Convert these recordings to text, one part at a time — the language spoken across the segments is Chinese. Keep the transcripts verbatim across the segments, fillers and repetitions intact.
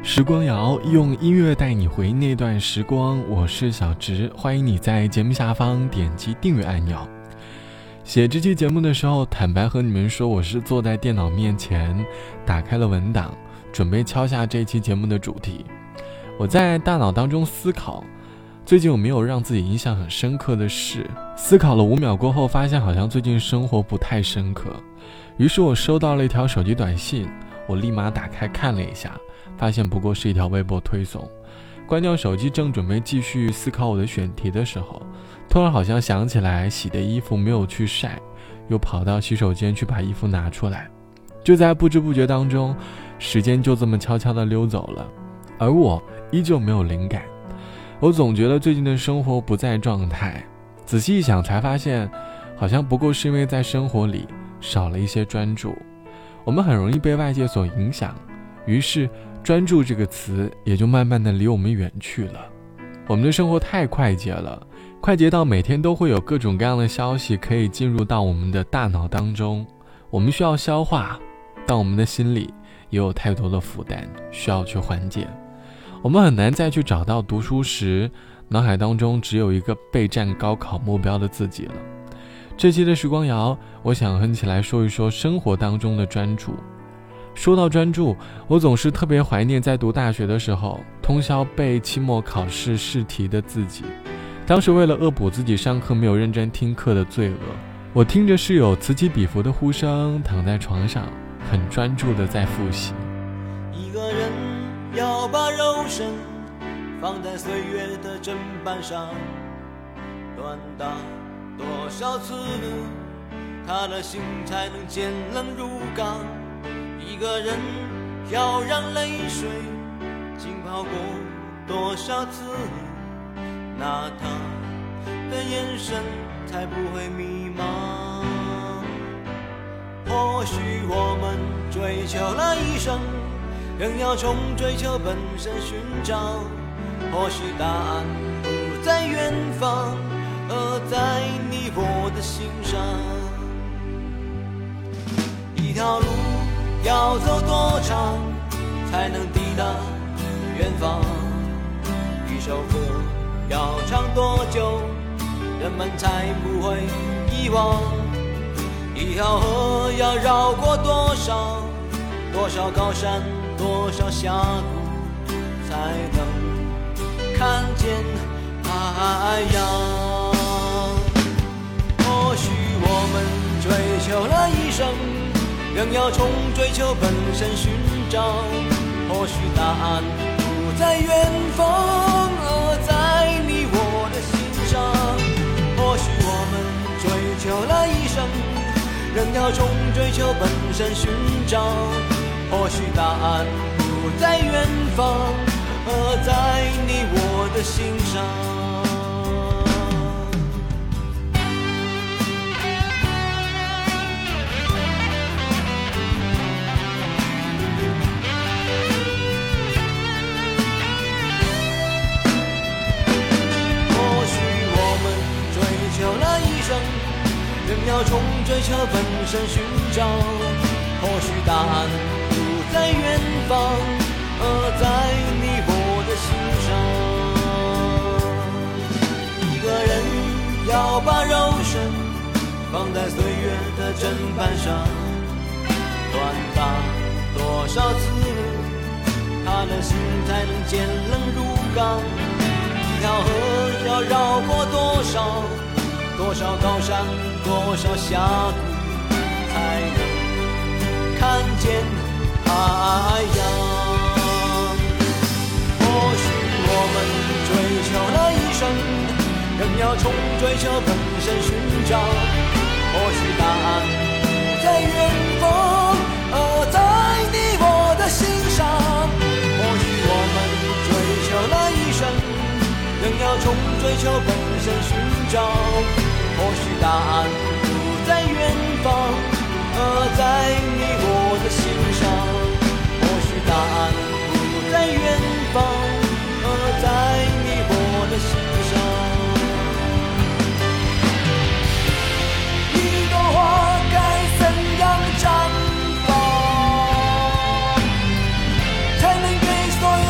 时光谣，用音乐带你回那段时光，我是小直，欢迎你在节目下方点击订阅按钮。写这期节目的时候，坦白和你们说，我是坐在电脑面前，打开了文档，准备敲下这期节目的主题。我在大脑当中思考，最近有没有让自己印象很深刻的事。思考了五秒过后，发现好像最近生活不太深刻。于是我收到了一条手机短信，我立马打开看了一下，发现不过是一条微博推送。关掉手机，正准备继续思考我的选题的时候，突然好像想起来洗的衣服没有去晒，又跑到洗手间去把衣服拿出来。就在不知不觉当中，时间就这么悄悄地溜走了，而我依旧没有灵感。我总觉得最近的生活不在状态，仔细一想才发现，好像不过是因为在生活里少了一些专注。我们很容易被外界所影响，于是专注这个词也就慢慢的离我们远去了。我们的生活太快捷了，快捷到每天都会有各种各样的消息可以进入到我们的大脑当中，我们需要消化，但我们的心里也有太多的负担需要去缓解。我们很难再去找到读书时脑海当中只有一个备战高考目标的自己了。这期的时光谣，我想和你一起来说一说生活当中的专注。说到专注，我总是特别怀念在读大学的时候，通宵背期末考试试题的自己。当时为了恶补自己上课没有认真听课的罪恶，我听着室友此起彼伏的呼声，躺在床上很专注的在复习。 一个人要把肉身放在岁月的砧板上，乱打多少次他的心才能坚冷如钢。一个人要让泪水浸泡过多少次，那他的眼神才不会迷茫。或许我们追求了一生，仍要从追求本身寻找，或许答案不在远方，而在你我的心上。一条路要走多长才能抵达远方？一首歌要唱多久人们才不会遗忘？一条河要绕过多少多少高山多少峡谷才能看见海洋？或许我们追求了一生，仍要从追求本身寻找，或许答案不在远方，而在你我的心上。或许我们追求了一生，仍要从追求本身寻找，或许答案不在远方，而在你我的心上。仍要从追求本身寻找，或许答案不在远方，而在你我的心上。一个人要把肉身放在岁月的砧板上，乱打多少次他的心才能坚冷如钢？一条河要绕过多少多少高山多少峡谷才能看见海洋？或许我们追求了一生，仍要从追求本身寻找，或许答案不在远方，而在你我的心上。或许我们追求了一生，仍要从追求本身寻找，或许答案不在远方，而在你我的心上。或许答案不在远方，而在你我的心上。一朵花该怎样绽放，才能给所有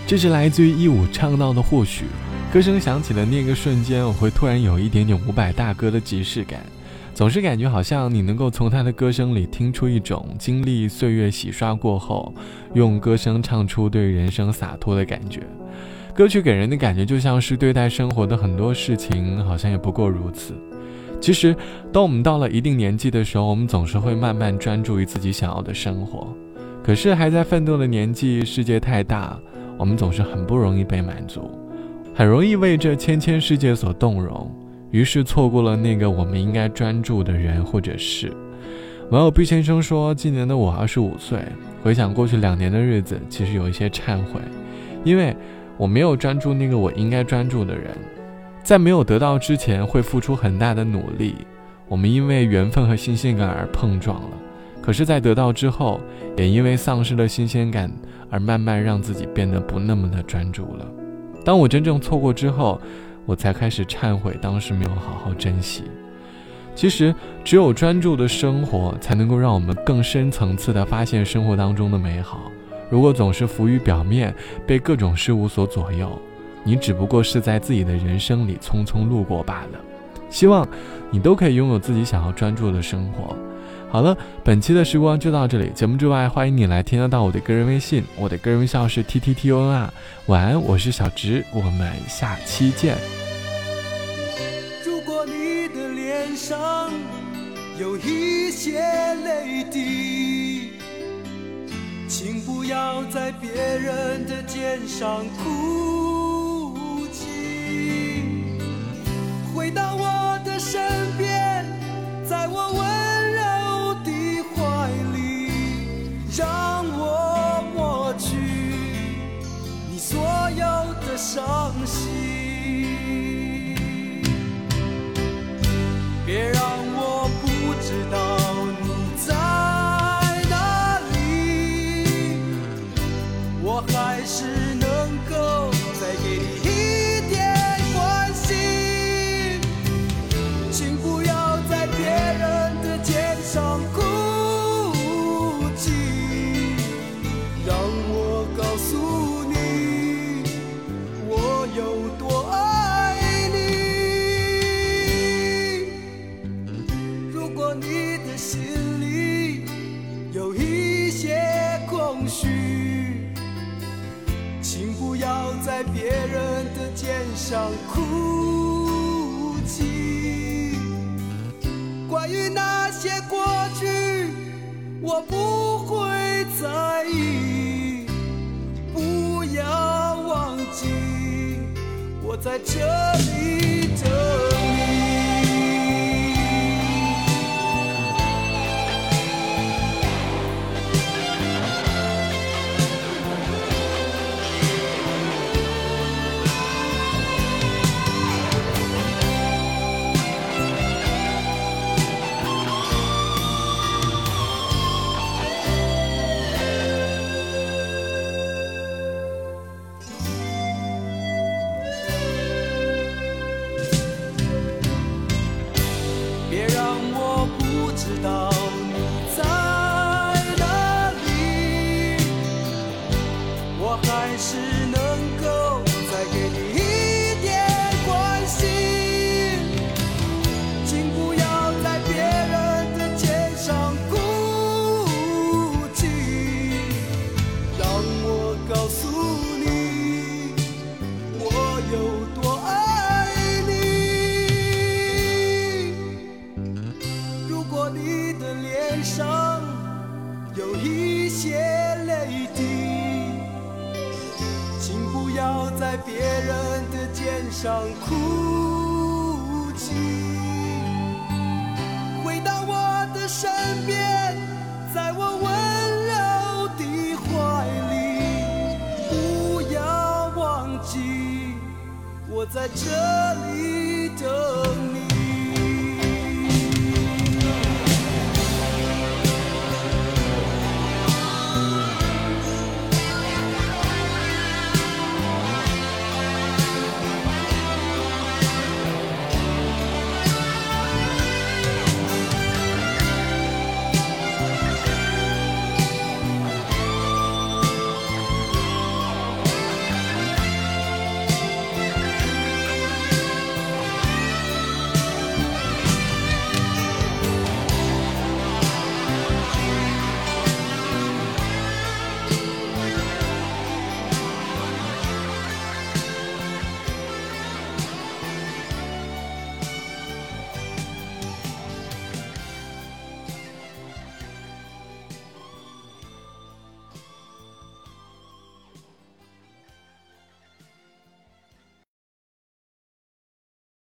这是来自于一五唱到的或许，歌声响起的那个瞬间，我会突然有一点点伍佰大哥的即视感，总是感觉好像你能够从他的歌声里听出一种经历岁月洗刷过后，用歌声唱出对人生洒脱的感觉。歌曲给人的感觉就像是对待生活的很多事情，好像也不过如此。其实当我们到了一定年纪的时候，我们总是会慢慢专注于自己想要的生活，可是还在奋斗的年纪，世界太大，我们总是很不容易被满足，很容易为这千千世界所动容，于是错过了那个我们应该专注的人或者事。网友毕先生说，今年的我二十五岁，回想过去两年的日子，其实有一些忏悔，因为我没有专注那个我应该专注的人，在没有得到之前会付出很大的努力，我们因为缘分和新鲜感而碰撞了，可是在得到之后，也因为丧失了新鲜感而慢慢让自己变得不那么的专注了。当我真正错过之后，我才开始忏悔当时没有好好珍惜。其实只有专注的生活才能够让我们更深层次地发现生活当中的美好，如果总是浮于表面，被各种事物所左右，你只不过是在自己的人生里匆匆路过罢了。希望你都可以拥有自己想要专注的生活。好了，本期的时光就到这里，节目之外欢迎你来添加到我的个人微信，我的个人微信号是 T T T O N R。 晚安，我是小直，我们下期见。 如果你的脸上有一些泪滴，请不要在别人的肩上哭泣，回到我的身边，在我温柔的怀里，让我抹去你所有的伤心，别让我不知道你在哪里，我还是能够再给你一点关心，请不要在别人的肩上哭泣，让我告诉你我有多爱你。如果你的心里有一些空虚，请不要在别人的肩上哭泣，关于那些过去我不会在意，不要忘记我在这里等你。别让我不知道你在哪里，我还是能够再给你一点关心，请不要在别人的肩上哭泣，让我告诉你我有多爱你。如果你的脸上有一些泪滴，请不要在别人的肩上哭泣，回到我的身边，在我温柔的怀里，不要忘记我在这